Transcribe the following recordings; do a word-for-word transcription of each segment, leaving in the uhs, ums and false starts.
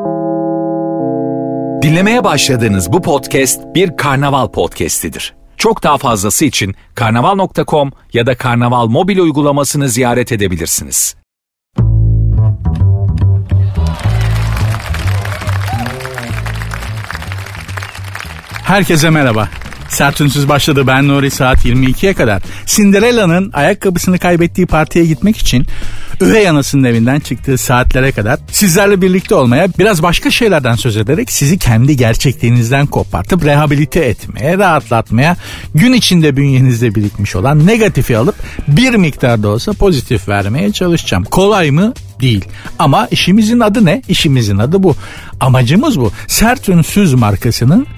Dinlemeye başladığınız bu podcast bir karnaval podcastidir. Çok daha fazlası için karnaval nokta com ya da Karnaval mobil uygulamasını ziyaret edebilirsiniz. Herkese merhaba. Sert Ünsüz başladı. Ben Nuri, saat yirmi ikiye kadar Cinderella'nın ayakkabısını kaybettiği partiye gitmek için üvey anasının evinden çıktığı saatlere kadar sizlerle birlikte olmaya, biraz başka şeylerden söz ederek sizi kendi gerçekliğinizden kopartıp rehabilite etmeye, rahatlatmaya, gün içinde bünyenizde birikmiş olan negatifi alıp bir miktar da olsa pozitif vermeye çalışacağım. Kolay mı? Değil. Ama işimizin adı ne? İşimizin adı bu. Amacımız bu. Sert Ünsüz markasının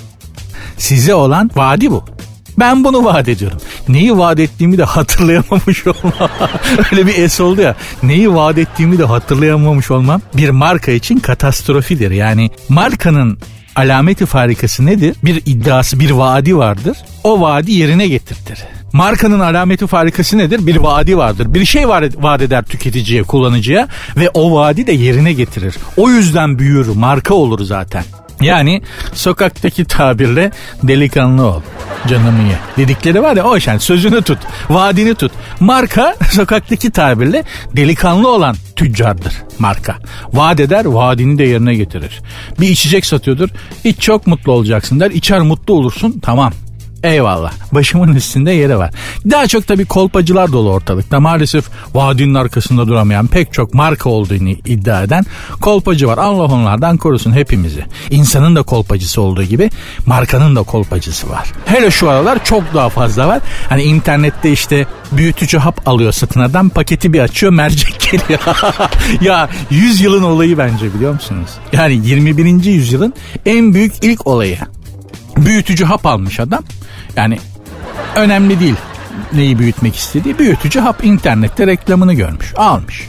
size olan vaadi bu. Ben bunu vaat ediyorum. Neyi vaat ettiğimi de hatırlayamamış olmam. Öyle bir es oldu ya. Neyi vaat ettiğimi de hatırlayamamış olmam bir marka için katastrofidir. Yani markanın alameti farikası nedir? Bir iddiası, bir vaadi vardır. O vaadi yerine getirtir. Markanın alameti farikası nedir? Bir vaadi vardır. Bir şey vaat eder tüketiciye, kullanıcıya ve o vaadi de yerine getirir. O yüzden büyür, marka olur zaten. Yani sokaktaki tabirle delikanlı ol, canımı ye dedikleri var ya, o yani sözünü tut, vaadini tut. Marka sokaktaki tabirle delikanlı olan tüccardır marka. Vaat eder, vaadini de yerine getirir. Bir içecek satıyordur, iç çok mutlu olacaksın der, içer mutlu olursun, tamam. Eyvallah. Başımın üstünde yeri var. Daha çok tabii kolpacılar dolu ortalıkta. Maalesef vaadinin arkasında duramayan pek çok marka olduğunu iddia eden kolpacı var. Allah onlardan korusun hepimizi. İnsanın da kolpacısı olduğu gibi markanın da kolpacısı var. Hele şu aralar çok daha fazla var. Hani internette işte büyütücü hap alıyor satın adam, paketi bir açıyor, mercek geliyor. Ya yüz yılın olayı bence, biliyor musunuz? Yani yirmi birinci yüzyılın en büyük ilk olayı. Büyütücü hap almış adam. Yani önemli değil neyi büyütmek istediği. Büyütücü hap, internette reklamını görmüş, almış.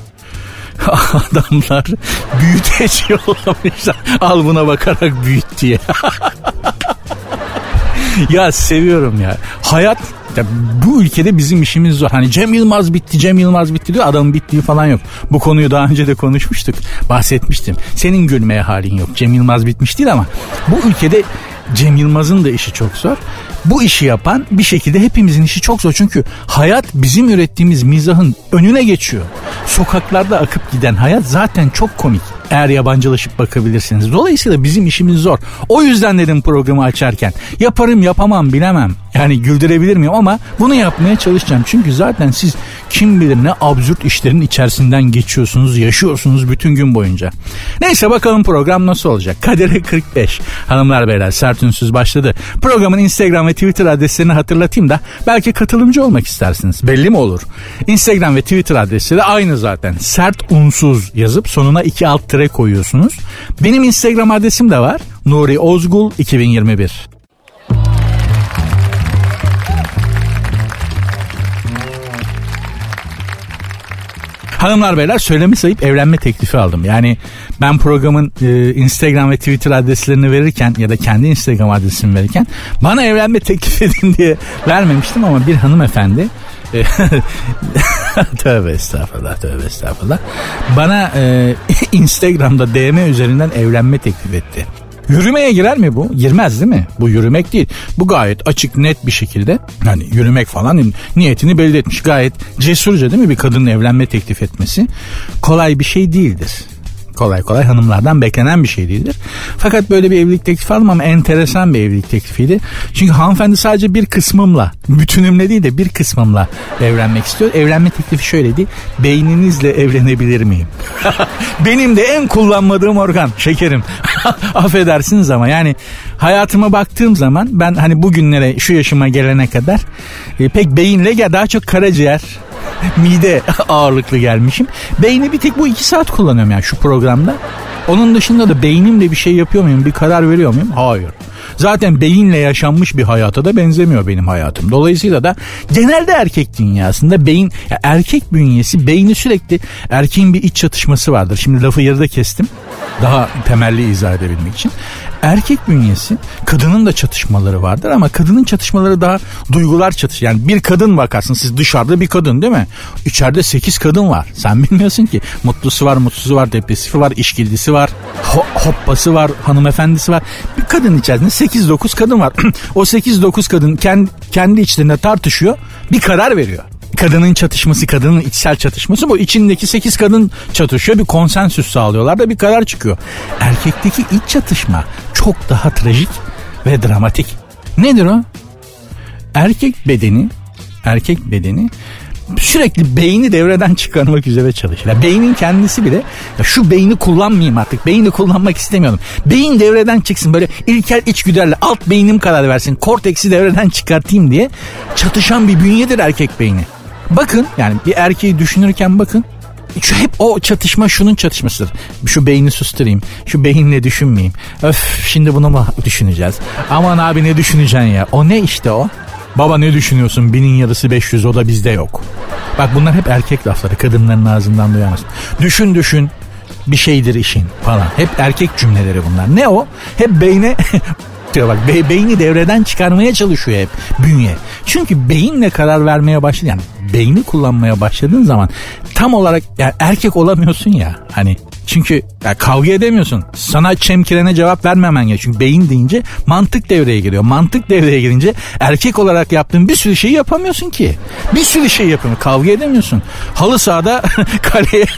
Adamlar büyüteç yollamışlar. Al buna bakarak büyüt diye. Ya seviyorum ya. Hayat, ya bu ülkede bizim işimiz zor. Hani Cem Yılmaz bitti, Cem Yılmaz bitti diyor. Adamın bittiği falan yok. Bu konuyu daha önce de konuşmuştuk. Bahsetmiştim. Senin gülmeye halin yok. Cem Yılmaz bitmiş değil ama bu ülkede Cem Yılmaz'ın da işi çok zor. Bu işi yapan bir şekilde hepimizin işi çok zor. Çünkü hayat bizim ürettiğimiz mizahın önüne geçiyor. Sokaklarda akıp giden hayat zaten çok komik. Eğer yabancılaşıp bakabilirsiniz. Dolayısıyla bizim işimiz zor. O yüzden dedim programı açarken, yaparım yapamam bilemem. Yani güldürebilir miyim ama bunu yapmaya çalışacağım. Çünkü zaten siz kim bilir ne absürt işlerin içerisinden geçiyorsunuz, yaşıyorsunuz bütün gün boyunca. Neyse, bakalım program nasıl olacak? Kadere kırk beş. Hanımlar beyler, Sert Ünsüz başladı. Programın Instagram ve Twitter adreslerini hatırlatayım da belki katılımcı olmak istersiniz. Belli mi olur? Instagram ve Twitter adresi de aynı zaten. Sert Unsuz yazıp sonuna iki alt tire koyuyorsunuz. Benim Instagram adresim de var. Nuri Ozgul iki bin yirmi bir. Hanımlar beyler, söylemi sayıp evlenme teklifi aldım. Yani ben programın e, Instagram ve Twitter adreslerini verirken ya da kendi Instagram adresimi verirken bana evlenme teklif edin diye vermemiştim ama bir hanımefendi e, tövbe estağfurullah tövbe estağfurullah bana e, Instagram'da D M üzerinden evlenme teklif etti. Yürümeye girer mi bu? Girmez değil mi? Bu yürümek değil. Bu gayet açık, net bir şekilde hani yürümek falan niyetini belli etmiş. Gayet cesurca değil mi bir kadının evlenme teklif etmesi? Kolay bir şey değildir. Kolay kolay hanımlardan beklenen bir şey değildir. Fakat böyle bir evlilik teklifi aldım ama enteresan bir evlilik teklifiydi. Çünkü hanımefendi sadece bir kısmımla, bütünümle değil de bir kısmımla evlenmek istiyor. Evlenme teklifi şöyleydi: beyninizle evlenebilir miyim? Benim de en kullanmadığım organ şekerim. Affedersiniz ama yani hayatıma baktığım zaman ben hani bugünlere, şu yaşıma gelene kadar e, pek beyinle ya daha çok karaciğer, mide ağırlıklı gelmişim. Beyni bir tek bu iki saat kullanıyorum yani şu programda. Onun dışında da beynimle bir şey yapıyor muyum? Bir karar veriyor muyum? Hayır. Zaten beyinle yaşanmış bir hayata da benzemiyor benim hayatım. Dolayısıyla da genelde erkek dünyasında beyin, ya erkek bünyesi, beyni sürekli, erkeğin bir iç çatışması vardır. Şimdi lafı yarıda kestim. Daha temelli izah edebilmek için. Erkek bünyesi, kadının da çatışmaları vardır ama kadının çatışmaları daha duygular çatış. Yani bir kadın bakarsın, siz dışarıda bir kadın değil mi? İçeride sekiz kadın var. Sen bilmiyorsun ki. Mutlusu var, mutsuzu var, depresifi var, işkillisi var, ho- hoppası var, hanımefendisi var. Bir kadın içerisinde sekiz dokuz kadın var. O sekiz dokuz kadın kendi, kendi içlerinde tartışıyor, bir karar veriyor. Kadının çatışması, kadının içsel çatışması bu. İçindeki sekiz kadın çatışıyor, bir konsensüs sağlıyorlar da bir karar çıkıyor. Erkekteki iç çatışma çok daha trajik ve dramatik. Nedir o? Erkek bedeni, erkek bedeni sürekli beyni devreden çıkarmak üzere çalışır. Yani beynin kendisi bile ya şu beyni kullanmayayım artık. Beyni kullanmak istemiyorum. Beyin devreden çıksın, böyle ilkel içgüdülerle alt beynim karar versin. Korteksi devreden çıkartayım diye çatışan bir bünyedir erkek beyni. Bakın yani bir erkeği düşünürken bakın. Şu hep o çatışma şunun çatışmasıdır. Şu beyni susturayım. Şu beyinle düşünmeyeyim. Öf, şimdi bunu mu düşüneceğiz? Aman abi ne düşüneceksin ya? O ne işte o? Baba ne düşünüyorsun? Binin yarısı beş yüz, o da bizde yok. Bak bunlar hep erkek lafları. Kadınların ağzından duyamazsın. Düşün düşün bir şeydir işin falan. Hep erkek cümleleri bunlar. Ne o? Hep beyne bak be- beyni devreden çıkarmaya çalışıyor hep bünye. Çünkü beyinle karar vermeye başladın, yani beyni kullanmaya başladığın zaman tam olarak yani erkek olamıyorsun ya hani. Çünkü ya kavga edemiyorsun. Sana çemkirene cevap vermemen gerekiyor. Çünkü beyin deyince mantık devreye giriyor. Mantık devreye girince erkek olarak yaptığın bir sürü şeyi yapamıyorsun ki. Bir sürü şey yapamıyorsun. Kavga edemiyorsun. Halı sahada kaleye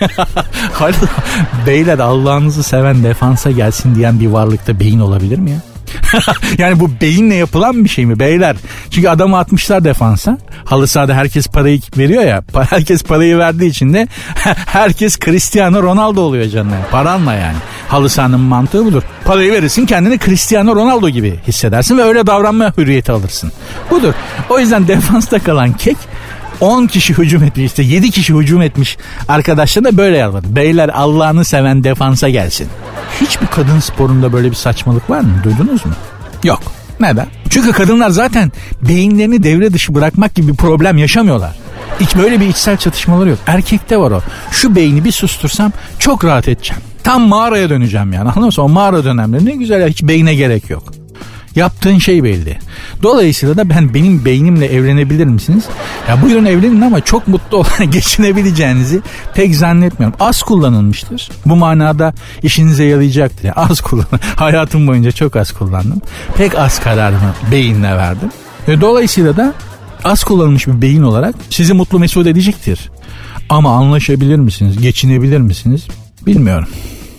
beyler Allah'ınızı seven defansa gelsin diyen bir varlıkta beyin olabilir mi ya? Yani bu beyinle yapılan bir şey mi beyler? Çünkü adamı atmışlar defansa. Halı sahada herkes parayı veriyor ya. Herkes parayı verdiği için de herkes Cristiano Ronaldo oluyor canına. Paranla yani. Halı sahanın mantığı budur. Parayı verirsin, kendini Cristiano Ronaldo gibi hissedersin ve öyle davranma hürriyeti alırsın. Budur. O yüzden defansta kalan kek on kişi hücum etmiş, işte yedi kişi hücum etmiş arkadaşlar da böyle yalvardı. Beyler Allah'ını seven defansa gelsin. Hiçbir kadın sporunda böyle bir saçmalık var mı? Duydunuz mu? Yok. Neden? Çünkü kadınlar zaten beyinlerini devre dışı bırakmak gibi bir problem yaşamıyorlar. Hiç böyle bir içsel çatışmaları yok. Erkekte var o. Şu beyni bir sustursam çok rahat edeceğim. Tam mağaraya döneceğim yani. Anladın mı? O mağara dönemleri ne güzel ya, hiç beyne gerek yok. Yaptığın şey belli. Dolayısıyla da ben benim beynimle evlenebilir misiniz? Ya buyurun evlenin ama çok mutlu olarak geçinebileceğinizi pek zannetmiyorum. Az kullanılmıştır. Bu manada işinize yarayacaktır. Yani az kullanın. Hayatım boyunca çok az kullandım. Pek az kararımı beyinle verdim. Ve dolayısıyla da az kullanılmış bir beyin olarak sizi mutlu mesut edecektir. Ama anlaşabilir misiniz? Geçinebilir misiniz? Bilmiyorum.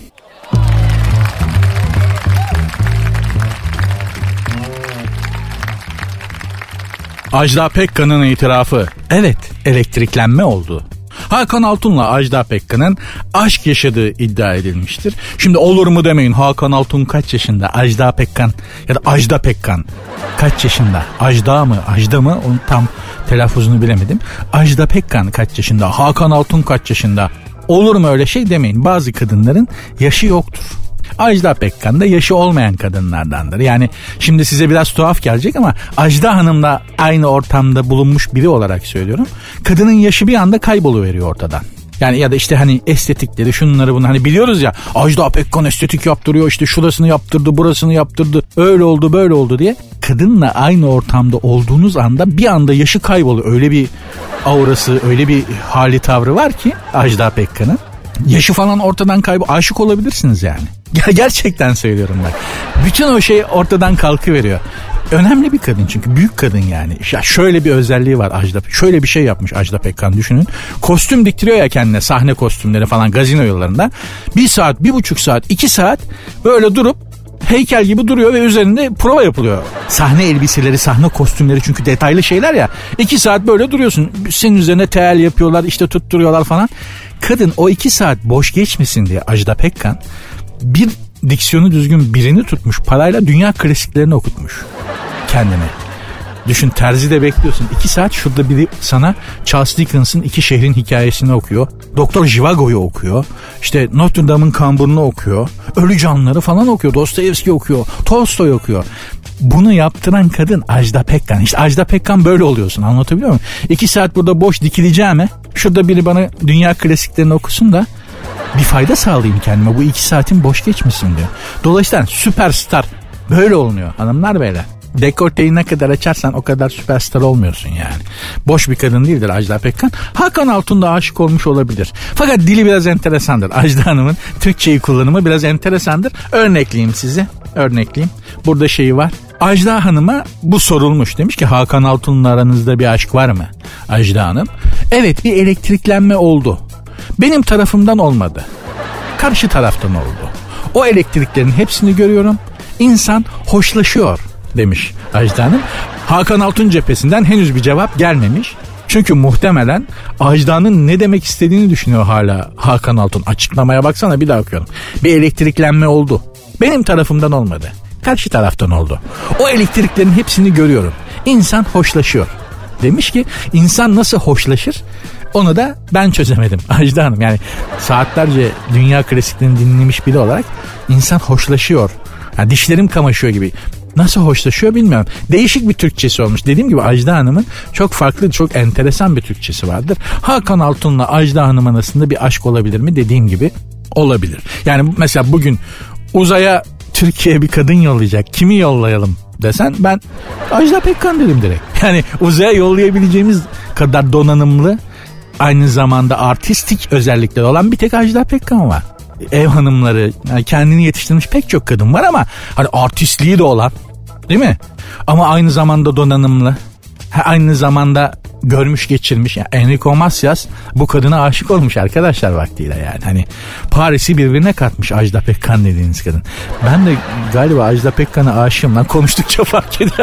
Ajda Pekkan'ın itirafı. Evet, elektriklenme oldu. Hakan Altun'la Ajda Pekkan'ın aşk yaşadığı iddia edilmiştir. Şimdi olur mu demeyin, Hakan Altun kaç yaşında? Ajda Pekkan ya da Ajda Pekkan kaç yaşında? Ajda mı? Ajda mı? Onun tam telaffuzunu bilemedim. Ajda Pekkan kaç yaşında? Hakan Altun kaç yaşında? Olur mu öyle şey demeyin. Bazı kadınların yaşı yoktur. Ajda Pekkan da yaşı olmayan kadınlardandır. Yani şimdi size biraz tuhaf gelecek ama Ajda Hanım'la aynı ortamda bulunmuş biri olarak söylüyorum. Kadının yaşı bir anda kayboluveriyor ortadan. Yani ya da işte hani estetikleri şunları bunu hani biliyoruz ya, Ajda Pekkan estetik yaptırıyor, işte şurasını yaptırdı, burasını yaptırdı, öyle oldu böyle oldu diye. Kadınla aynı ortamda olduğunuz anda bir anda yaşı kayboluyor. Öyle bir aurası, öyle bir hali tavrı var ki Ajda Pekkan'ın. Yaşı falan ortadan kaybol. Aşık olabilirsiniz yani. Gerçekten söylüyorum bak. Bütün o şey ortadan kalkıveriyor. Önemli bir kadın çünkü, büyük kadın yani. Ya şöyle bir özelliği var Ajda. Şöyle bir şey yapmış Ajda Pekkan, düşünün. Kostüm diktiriyor ya kendine, sahne kostümleri falan gazino yollarında. Bir saat, bir buçuk saat, iki saat böyle durup heykel gibi duruyor ve üzerinde prova yapılıyor. Sahne elbiseleri, sahne kostümleri çünkü detaylı şeyler ya. İki saat böyle duruyorsun. Senin üzerine tel yapıyorlar, işte tutturuyorlar falan. Kadın o iki saat boş geçmesin diye Ajda Pekkan bir diksiyonu düzgün birini tutmuş, parayla dünya klasiklerini okutmuş kendine. Düşün, terzide bekliyorsun. iki saat şurada biri sana Charles Dickens'ın İki Şehrin Hikayesini okuyor. Doktor Zhivago'yu okuyor. İşte Notre Dame'ın Kamburunu okuyor. Ölü Canları falan okuyor. Dostoyevski okuyor. Tolstoy okuyor. Bunu yaptıran kadın Ajda Pekkan. İşte Ajda Pekkan böyle oluyorsun, anlatabiliyor muyum? İki saat burada boş dikileceğime şurada biri bana dünya klasiklerini okusun da bir fayda sağlayayım kendime. Bu iki saatin boş geçmesin diyor. Dolayısıyla süperstar böyle olunuyor hanımlar beyler. Dekolteyi ne kadar açarsan o kadar süperstar olmuyorsun yani. Boş bir kadın değildir Ajda Pekkan. Hakan Altun da aşık olmuş olabilir. Fakat dili biraz enteresandır. Ajda Hanım'ın Türkçeyi kullanımı biraz enteresandır. Örnekleyeyim size. Örnekleyeyim. Burada şeyi var. Ajda Hanım'a bu sorulmuş. Demiş ki Hakan Altun'la aranızda bir aşk var mı? Ajda Hanım. Evet, bir elektriklenme oldu. Benim tarafımdan olmadı. Karşı taraftan oldu. O elektriklerin hepsini görüyorum. İnsan hoşlaşıyor demiş Ajda Hanım. Hakan Altun cephesinden henüz bir cevap gelmemiş. Çünkü muhtemelen Ajda'nın ne demek istediğini düşünüyor hala Hakan Altun. Açıklamaya baksana, bir daha okuyorum. Bir elektriklenme oldu. Benim tarafımdan olmadı. Karşı taraftan oldu. O elektriklerin hepsini görüyorum. İnsan hoşlaşıyor. Demiş ki insan nasıl hoşlaşır? Onu da ben çözemedim Ajda Hanım. Yani saatlerce dünya klasiklerini dinlemiş biri olarak insan hoşlaşıyor. Yani dişlerim kamaşıyor gibi. Nasıl hoşlaşıyor bilmiyorum. Değişik bir Türkçesi olmuş. Dediğim gibi Ajda Hanım'ın çok farklı, çok enteresan bir Türkçesi vardır. Hakan Altun'la Ajda Hanım arasında bir aşk olabilir mi? Dediğim gibi olabilir. Yani mesela bugün uzaya Türkiye'ye bir kadın yollayacak. Kimi yollayalım desen ben Ajda Pekkan derim direkt. Yani uzaya yollayabileceğimiz kadar donanımlı, aynı zamanda artistik özellikleri olan bir tek Ajda Pekkan var. Ev hanımları, yani kendini yetiştirmiş pek çok kadın var ama hani artistliği de olan, değil mi? Ama aynı zamanda donanımlı, aynı zamanda görmüş geçirmiş. Yani Enrico Macias bu kadına aşık olmuş arkadaşlar vaktiyle yani. Hani Paris'i birbirine katmış Ajda Pekkan dediğiniz kadın. Ben de galiba Ajda Pekkan'a aşığım lan, konuştukça fark ediyor.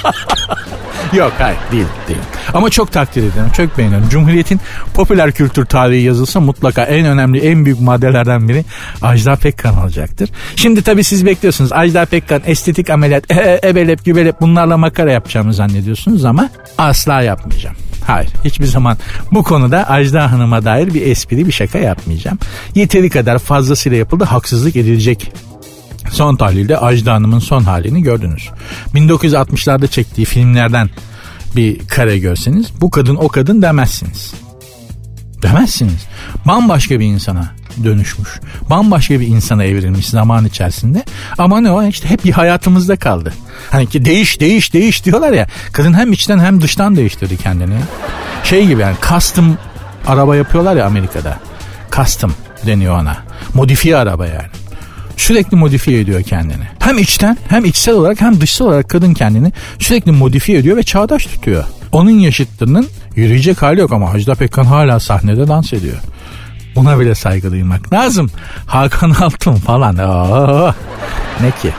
Yok, hayır, değil değil. Ama çok takdir ediyorum, çok beğeniyorum. Cumhuriyet'in popüler kültür tarihi yazılsa mutlaka en önemli, en büyük maddelerden biri Ajda Pekkan olacaktır. Şimdi tabii siz bekliyorsunuz Ajda Pekkan estetik ameliyat, e, ebelep gübelep bunlarla makara yapacağımı zannediyorsunuz ama asla yapmayacağım. Hayır, hiçbir zaman bu konuda Ajda Hanım'a dair bir espri, bir şaka yapmayacağım. Yeteri kadar fazlasıyla yapıldı, haksızlık edilecek. Son tahlilde Ajda Hanım'ın son halini gördünüz. bin dokuz yüz altmışlarda çektiği filmlerden bir kare görseniz bu kadın o kadın demezsiniz. Demezsiniz. Bambaşka bir insana dönüşmüş. Bambaşka bir insana evrilmiş zaman içerisinde. Ama ne o, işte hep bir hayatımızda kaldı. Hani ki değiş değiş değiş diyorlar ya. Kadın hem içten hem dıştan değiştirdi kendini. Şey gibi yani, custom araba yapıyorlar ya Amerika'da. Custom deniyor ona. Modifiye araba yani. Sürekli modifiye ediyor kendini. Hem içten hem içsel olarak hem dışsal olarak kadın kendini sürekli modifiye ediyor ve çağdaş tutuyor. Onun yaşıtlarının yürüyecek hali yok ama Ajda Pekkan hala sahnede dans ediyor. Buna bile saygı duymak lazım. Hakan Altun falan. Oo, ne ki?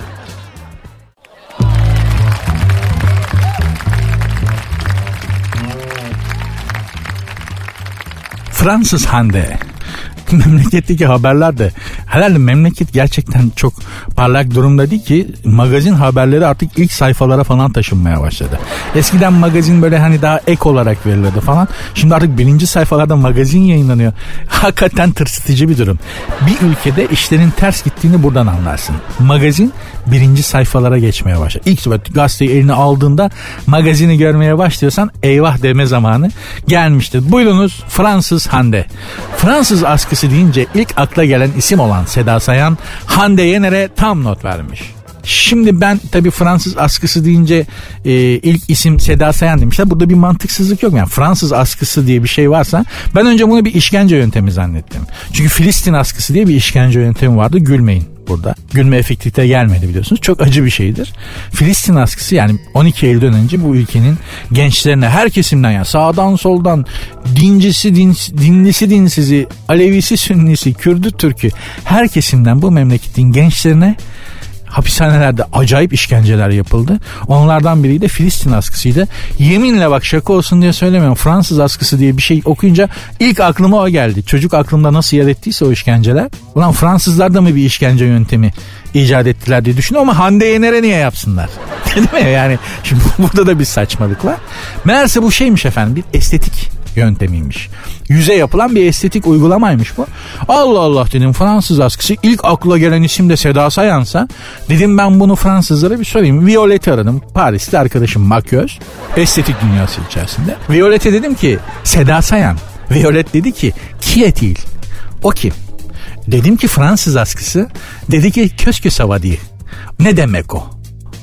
Fransız Hande. Memleketteki haberler de herhalde memleket gerçekten çok parlak durumda değil ki magazin haberleri artık ilk sayfalara falan taşınmaya başladı. Eskiden magazin böyle hani daha ek olarak verilirdi falan. Şimdi artık birinci sayfalarda magazin yayınlanıyor. Hakikaten tırsıtıcı bir durum. Bir ülkede işlerin ters gittiğini buradan anlarsın. Magazin birinci sayfalara geçmeye başladı. İlk gazeteyi eline aldığında magazini görmeye başlıyorsan eyvah deme zamanı gelmiştir. Buyurunuz Fransız Hande. Fransız askısı deyince ilk akla gelen isim olan Seda Sayan Hande Yener'e tam not vermiş. Şimdi ben tabii Fransız askısı deyince e, ilk isim Seda Sayan demişler. Burada bir mantıksızlık yok. Yani Fransız askısı diye bir şey varsa ben önce bunu bir işkence yöntemi zannettim. Çünkü Filistin askısı diye bir işkence yöntemi vardı. Gülmeyin burada. Gülme efektifte gelmedi biliyorsunuz. Çok acı bir şeydir. Filistin askısı yani on iki Eylül'den önce bu ülkenin gençlerine her kesimden yani sağdan soldan dincisi din, dinlisi dinsizi, Alevisi Sünnisi, Kürdü Türkü her kesimden bu memleketin gençlerine hapishanelerde acayip işkenceler yapıldı. Onlardan biri de Filistin askısıydı. Yeminle bak şaka olsun diye söylemiyorum. Fransız askısı diye bir şey okuyunca ilk aklıma o geldi. Çocuk aklımda nasıl yer ettiyse o işkenceler. Ulan Fransızlar da mı bir işkence yöntemi icat ettiler diye düşünüyorum ama Hande Yener'e niye yapsınlar? Değil mi? Yani şimdi burada da bir saçmalık var. Meğerse bu şeymiş efendim, bir estetik yöntemiymiş. Yüze yapılan bir estetik uygulamaymış bu. Allah Allah dedim, Fransız askısı. İlk akla gelen isim de Seda Sayan'sa dedim ben bunu Fransızlara bir sorayım. Violet'i aradım. Paris'te arkadaşım makyöz. Estetik dünyası içerisinde. Violet'e dedim ki Seda Sayan. Violet dedi ki qui est-il? O kim? Dedim ki Fransız askısı. Dedi ki köskü savadi. Ne demek o?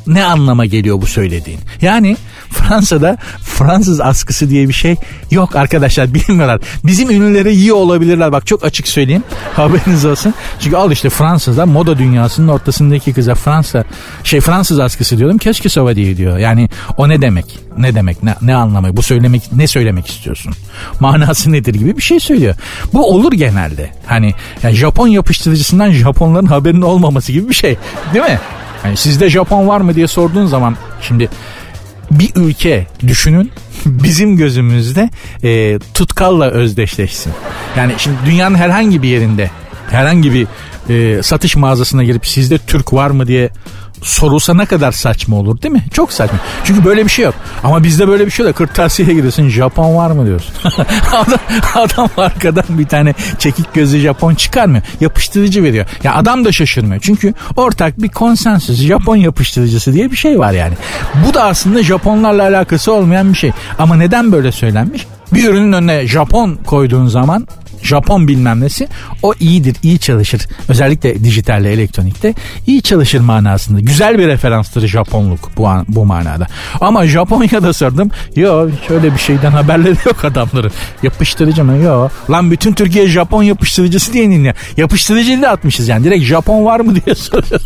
ne anlama geliyor bu söylediğin? Yani Fransa'da Fransız askısı diye bir şey yok arkadaşlar, bilmiyorlar. Bizim ünlüleri iyi olabilirler, bak çok açık söyleyeyim, haberiniz olsun. Çünkü al işte Fransa'da moda dünyasının ortasındaki kıza Fransa şey Fransız askısı diyorum, keşke sova diye diyor. Yani o ne demek? Ne demek? Ne, ne anlamı? Bu söylemek, ne söylemek istiyorsun? Manası nedir gibi bir şey söylüyor. Bu olur genelde. Hani yani Japon yapıştırıcısından Japonların haberinin olmaması gibi bir şey. Değil mi? Yani sizde Japon var mı diye sorduğun zaman, şimdi bir ülke düşünün bizim gözümüzde e, tutkalla özdeşleşsin. Yani şimdi dünyanın herhangi bir yerinde, herhangi bir e, satış mağazasına girip sizde Türk var mı diye sorulsa ne kadar saçma olur, değil mi? Çok saçma. Çünkü böyle bir şey yok. Ama bizde böyle bir şey yok. Kırtasiyeye gidiyorsun, Japon var mı diyorsun. adam, adam arkadan bir tane çekik gözlü Japon çıkarmıyor. Yapıştırıcı veriyor. Ya adam da şaşırmıyor. Çünkü ortak bir konsensüs, Japon yapıştırıcısı diye bir şey var yani. Bu da aslında Japonlarla alakası olmayan bir şey. Ama neden böyle söylenmiş? Bir ürünün önüne Japon koyduğun zaman, Japon bilmem nesi, o iyidir, iyi çalışır. Özellikle dijitalle, elektronikte iyi çalışır manasında. Güzel bir referanstır Japonluk bu, bu manada. Ama Japonya'da sordum. Yok şöyle bir şeyden haberleri yok adamların. Yapıştırıcı mı? Yok. Lan bütün Türkiye Japon yapıştırıcısı diye dinliyor. Yapıştırıcıyı da atmışız yani. Direkt Japon var mı diye soruyor.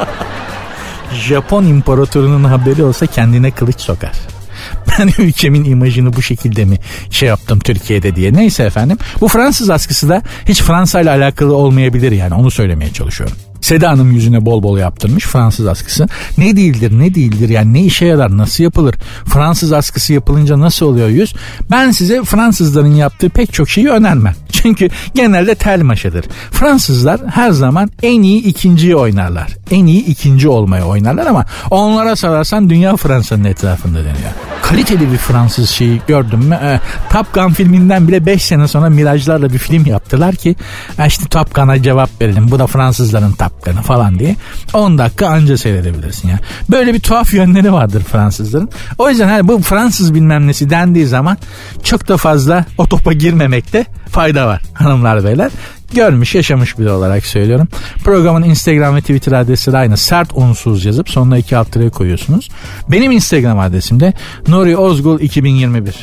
Japon imparatorunun haberi olsa kendine kılıç sokar. Ben ülkemin imajını bu şekilde mi şey yaptım Türkiye'de diye. Neyse efendim. Bu Fransız askısı da hiç Fransa ile alakalı olmayabilir yani. Onu söylemeye çalışıyorum. Seda Hanım yüzüne bol bol yaptırmış Fransız askısı. Ne değildir ne değildir yani, ne işe yarar, nasıl yapılır? Fransız askısı yapılınca nasıl oluyor yüz? Ben size Fransızların yaptığı pek çok şeyi önermem. Çünkü genelde tel maşadır. Fransızlar her zaman en iyi ikinciyi oynarlar. En iyi ikinci olmaya oynarlar ama onlara sorarsan dünya Fransa'nın etrafında dönüyor. Kaliteli bir Fransız şeyi gördün mü? Ee, Top Gun filminden bile beş sene sonra Mirajlarla bir film yaptılar ki işte Top Gun'a cevap verelim. Bu da Fransızların Top Gun'ı falan diye. on dakika anca seyredebilirsin ya. Böyle bir tuhaf yönleri vardır Fransızların. O yüzden hani bu Fransız bilmem nesi dendiği zaman çok da fazla o topa girmemekte fayda var hanımlar beyler. Görmüş yaşamış biri olarak söylüyorum. Programın Instagram ve Twitter adresi de aynı. Sert unsuz yazıp sonuna iki alt tere koyuyorsunuz. Benim Instagram adresim de Nuri Ozgul iki bin yirmi bir.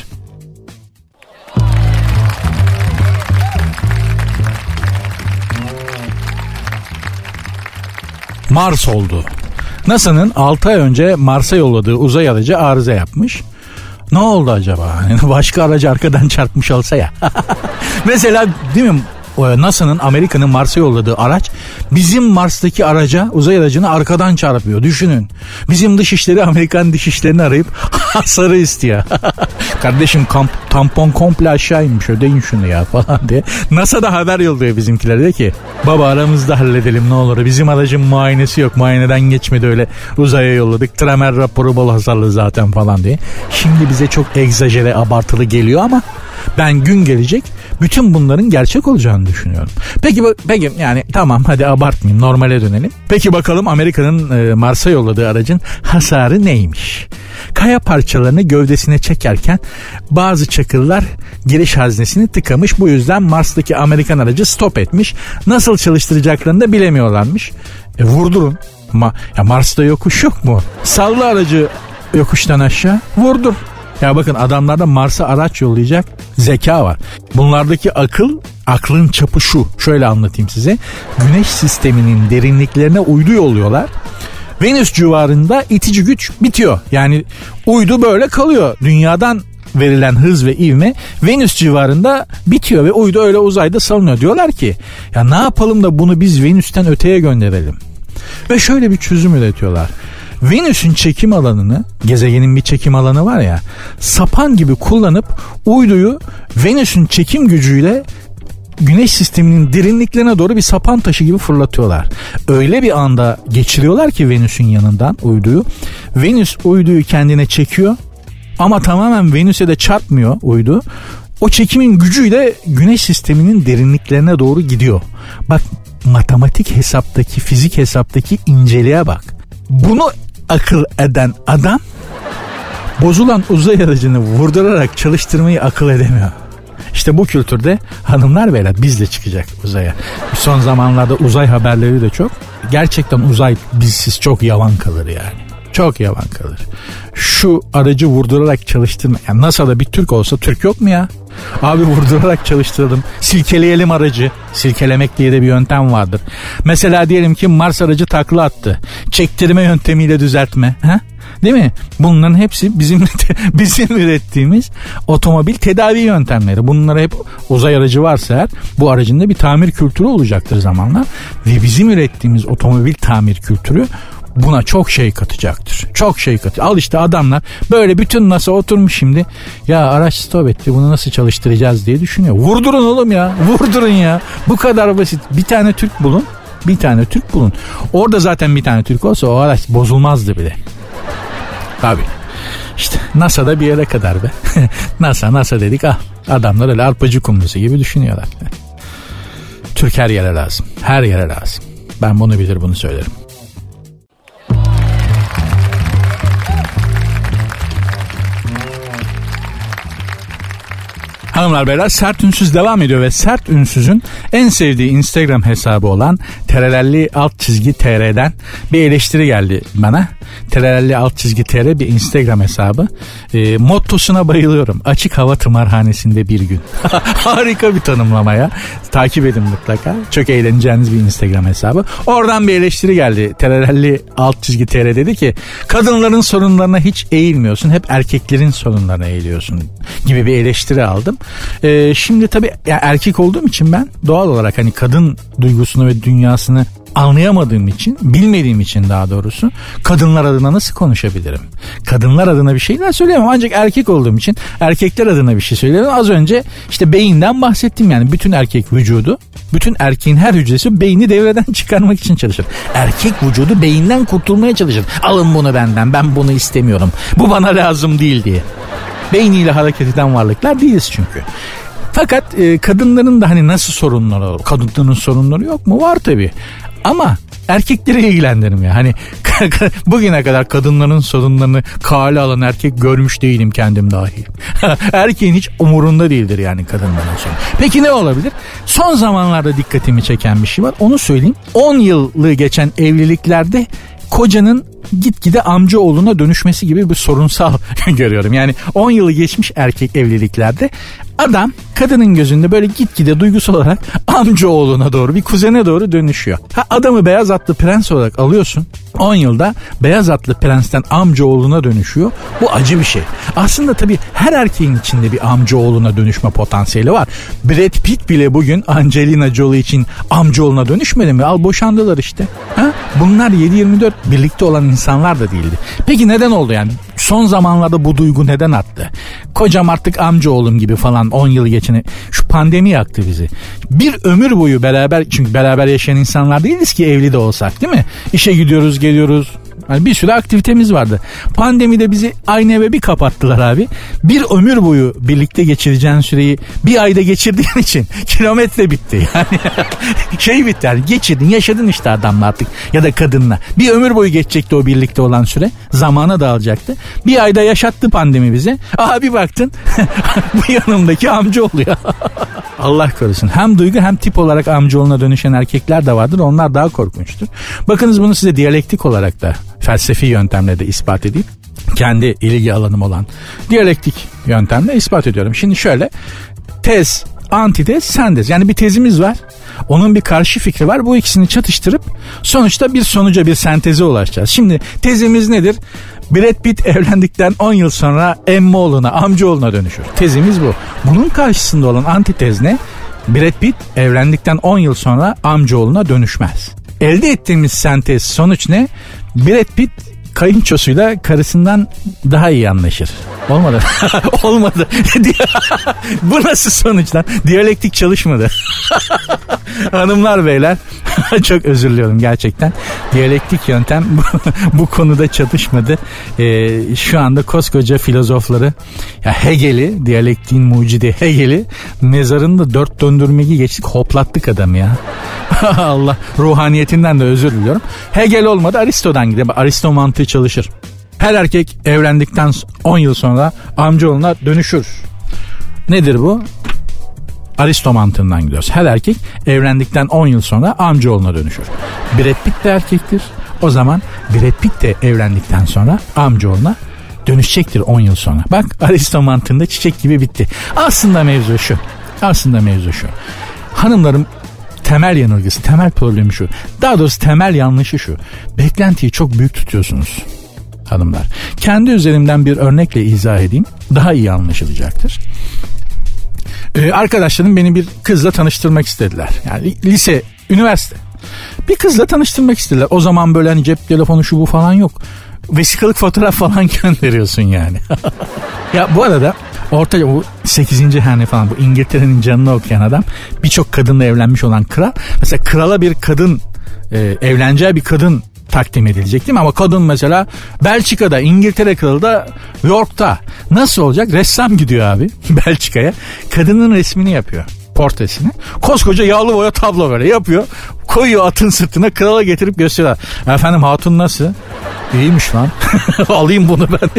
Mars oldu. NASA'nın altı ay önce Mars'a yolladığı uzay aracı arıza yapmış. Ne oldu acaba? Başka aracı arkadan çarpmış olsa ya. Mesela değil mi? NASA'nın Amerika'nın Mars'a yolladığı araç bizim Mars'taki araca, uzay aracını arkadan çarpıyor. Düşünün. Bizim dışişleri Amerikan dışişlerini arayıp hasarı istiyor. Kardeşim kamp, tampon komple aşağı inmiş, ödeyin şunu ya falan diye. NASA da haber yolluyor bizimkilere de ki baba aramızda halledelim ne olur. Bizim aracın muayenesi yok. Muayeneden geçmedi, öyle uzaya yolladık. Tremer raporu bol hasarlı zaten falan diye. Şimdi bize çok egzajere, abartılı geliyor ama ben gün gelecek bütün bunların gerçek olacağını düşünüyorum. Peki peki yani tamam hadi abartmayayım, normale dönelim. Peki bakalım Amerika'nın e, Mars'a yolladığı aracın hasarı neymiş? Kaya parçalarını gövdesine çekerken bazı çakıllar giriş haznesini tıkamış. Bu yüzden Mars'taki Amerikan aracı stop etmiş. Nasıl çalıştıracaklarını da bilemiyorlarmış. E vurdurun. Ma ya Mars'ta yokuş yok mu? Salla aracı yokuştan aşağı, vurdur. Ya bakın adamlarda Mars'a araç yollayacak zeka var. Bunlardaki akıl, aklın çapı şu. Şöyle anlatayım size. Güneş sisteminin derinliklerine uydu yolluyorlar. Venüs civarında itici güç bitiyor. Yani uydu böyle kalıyor. Dünyadan verilen hız ve ivme Venüs civarında bitiyor ve uydu öyle uzayda salınıyor. Diyorlar ki ya ne yapalım da bunu biz Venüs'ten öteye gönderelim. Ve şöyle bir çözüm üretiyorlar. Venüs'ün çekim alanını, gezegenin bir çekim alanı var ya, sapan gibi kullanıp uyduyu Venüs'ün çekim gücüyle Güneş sisteminin derinliklerine doğru bir sapan taşı gibi fırlatıyorlar. Öyle bir anda geçiriyorlar ki Venüs'ün yanından uyduyu. Venüs uyduyu kendine çekiyor ama tamamen Venüs'e de çarpmıyor uydu. O çekimin gücüyle Güneş sisteminin derinliklerine doğru gidiyor. Bak matematik hesaptaki, fizik hesaptaki inceliğe bak. Bunu akıl eden adam bozulan uzay aracını vurdurarak çalıştırmayı akıl edemiyor. İşte bu kültürde hanımlar beyler biz de çıkacak uzaya. Son zamanlarda uzay haberleri de çok. Gerçekten uzay bizsiz çok yavan kalır yani. Çok yavan kalır. Şu aracı vurdurarak çalıştırma. Yani NASA'da bir Türk olsa, Türk yok mu ya? Abi vurdurarak çalıştıralım. Silkeleyelim aracı. Silkelemek diye de bir yöntem vardır. Mesela diyelim ki Mars aracı takla attı. Çektirme yöntemiyle düzeltme. Ha? Değil mi? Bunların hepsi bizim bizim ürettiğimiz otomobil tedavi yöntemleri. Bunlara hep uzay aracı varsa eğer, bu aracın da bir tamir kültürü olacaktır zamanla. Ve bizim ürettiğimiz otomobil tamir kültürü buna çok şey katacaktır. Çok şey katacak. Al işte adamlar böyle bütün NASA oturmuş şimdi. Ya araç stop etti, bunu nasıl çalıştıracağız diye düşünüyor. Vurdurun oğlum ya. Vurdurun ya. Bu kadar basit. Bir tane Türk bulun. Bir tane Türk bulun. Orada zaten bir tane Türk olsa o araç bozulmazdı bile. Tabii. İşte NASA'da bir yere kadar be. NASA NASA dedik, ah adamlar öyle arpacı kumrusu gibi düşünüyorlar. Türk her yere lazım. Her yere lazım. Ben bunu bilir, bunu söylerim. Hanımlar beyler, Sert Ünsüz devam ediyor ve Sert Ünsüz'ün en sevdiği Instagram hesabı olan terelelli alt çizgi tr'den bir eleştiri geldi bana. Terelelli alt çizgi tr bir Instagram hesabı. E, mottosuna bayılıyorum. Açık hava tımarhanesinde bir gün. Harika bir tanımlamaya. Takip edin mutlaka. Çok eğleneceğiniz bir Instagram hesabı. Oradan bir eleştiri geldi. Terelelli alt çizgi tr dedi ki, kadınların sorunlarına hiç eğilmiyorsun. Hep erkeklerin sorunlarına eğiliyorsun gibi bir eleştiri aldım. Ee, şimdi tabii ya, erkek olduğum için ben doğal olarak hani kadın duygusunu ve dünyasını anlayamadığım için, bilmediğim için daha doğrusu, kadınlar adına nasıl konuşabilirim? Kadınlar adına bir şeyler söyleyemem. Ancak erkek olduğum için erkekler adına bir şey söylerim. Az önce işte beyinden bahsettim yani. Bütün erkek vücudu, bütün erkeğin her hücresi beyni devreden çıkarmak için çalışır. Erkek vücudu beyinden kurtulmaya çalışır. Alın bunu benden, ben bunu istemiyorum. Bu bana lazım değil diye. Beyniyle hareket eden varlıklar değiliz çünkü. Fakat e, kadınların da hani nasıl sorunları olur? Kadınların sorunları yok mu? Var tabii. Ama erkekleri ilgilendirmiyor. Hani bugüne kadar kadınların sorunlarını kale alan erkek görmüş değilim, kendim dahil. Erkeğin hiç umurunda değildir yani kadınların sorunu. Peki ne olabilir? Son zamanlarda dikkatimi çeken bir şey var. Onu söyleyeyim. on yılı geçen evliliklerde kocanın gitgide amcaoğluna dönüşmesi gibi bir sorunsal görüyorum. Yani on yılı geçmiş erkek evliliklerde adam kadının gözünde böyle gitgide duygusal olarak amcaoğluna doğru, bir kuzene doğru dönüşüyor. Ha, adamı beyaz atlı prens olarak alıyorsun. on yılda beyaz atlı prensten amcaoğluna dönüşüyor. Bu acı bir şey. Aslında tabii her erkeğin içinde bir amcaoğluna dönüşme potansiyeli var. Brad Pitt bile bugün Angelina Jolie için amcaoğluna dönüşmedi mi? Al, boşandılar işte. Ha? Bunlar yedi yirmi dört birlikte olan insanlar da değildi. Peki neden oldu yani? Son zamanlarda bu duygu neden arttı? Kocam artık amcaoğlum gibi falan, on yıl geçene. Şu pandemi yaktı bizi. Bir ömür boyu beraber, çünkü beraber yaşayan insanlar değiliz ki evli de olsak, değil mi? İşe gidiyoruz, geliyoruz. Yani bir sürü aktivitemiz vardı. Pandemide bizi aynı eve bir kapattılar abi. Bir ömür boyu birlikte geçireceğin süreyi bir ayda geçirdiğin için kilometre bitti. Yani şey bitti yani, geçirdin, yaşadın işte adamla artık ya da kadınla. Bir ömür boyu geçecekti o birlikte olan süre. Zamana dağılacaktı. Bir ayda yaşattı pandemi bize. Aha bir baktın bu yanımdaki amca oluyor. Allah korusun. Hem duygu hem tip olarak amcaoğluna dönüşen erkekler de vardır. Onlar daha korkunçtur. Bakınız, bunu size diyalektik olarak da, felsefi yöntemle de ispat edeyim. Kendi ilgi alanım olan diyalektik yöntemle ispat ediyorum. Şimdi şöyle, tez, antitez, sentez. Yani bir tezimiz var. Onun bir karşı fikri var. Bu ikisini çatıştırıp sonuçta bir sonuca, bir senteze ulaşacağız. Şimdi tezimiz nedir? Brad Pitt evlendikten on yıl sonra emmoğluna, amcaoğluna dönüşür. Tezimiz bu. Bunun karşısında olan antitez ne? Brad Pitt evlendikten on yıl sonra amcaoğluna dönüşmez. Elde ettiğimiz sentez, sonuç ne? Brad Pitt kayınçosuyla karısından daha iyi anlaşır. Olmadı. Olmadı. Bu nasıl sonuçlar? Diyalektik çalışmadı. Hanımlar beyler, çok özür diliyorum gerçekten. Diyalektik yöntem bu, bu konuda çatışmadı. Ee, şu anda koskoca filozofları, ya Hegel'i, diyalektiğin mucidi Hegel'i mezarında dört döndürmeyi geçtik, hoplattık adamı ya. Allah, ruhaniyetinden de özür diliyorum. Hegel olmadı, Aristo'dan gidelim. Aristo mantığı çalışır. Her erkek evlendikten on yıl sonra amcaoğluna dönüşür. Nedir bu? Aristo mantığından gidiyoruz. Her erkek evlendikten on yıl sonra amcaoğluna dönüşür. Brad Pitt de erkektir. O zaman Brad Pitt de evlendikten sonra amcaoğluna dönüşecektir on yıl sonra. Bak Aristo mantığında çiçek gibi bitti. Aslında mevzu şu. Aslında mevzu şu. Hanımlarım temel yanılgısı, temel problemi şu. Daha doğrusu temel yanlışı şu. Beklentiyi çok büyük tutuyorsunuz hanımlar. Kendi üzerimden bir örnekle izah edeyim. Daha iyi anlaşılacaktır. Ee, arkadaşlarım beni bir kızla tanıştırmak istediler. Yani lise, üniversite. Bir kızla tanıştırmak istediler. O zaman böyle hani cep telefonu şu bu falan yok. Vesikalık fotoğraf falan gönderiyorsun yani. Ya bu arada orta bu sekizinci hane falan, bu İngiltere'nin canını okuyan adam, birçok kadınla evlenmiş olan kral. Mesela krala bir kadın e, evleneceği bir kadın takdim edilecek değil mi? Ama kadın mesela Belçika'da, İngiltere kralı da York'ta. Nasıl olacak? Ressam gidiyor abi Belçika'ya. Kadının resmini yapıyor, portresini. Koskoca yağlı boya tablo böyle yapıyor. Koyuyor atın sırtına, krala getirip gösteriyorlar. Efendim hatun nasıl? İyiymiş lan. Alayım bunu ben.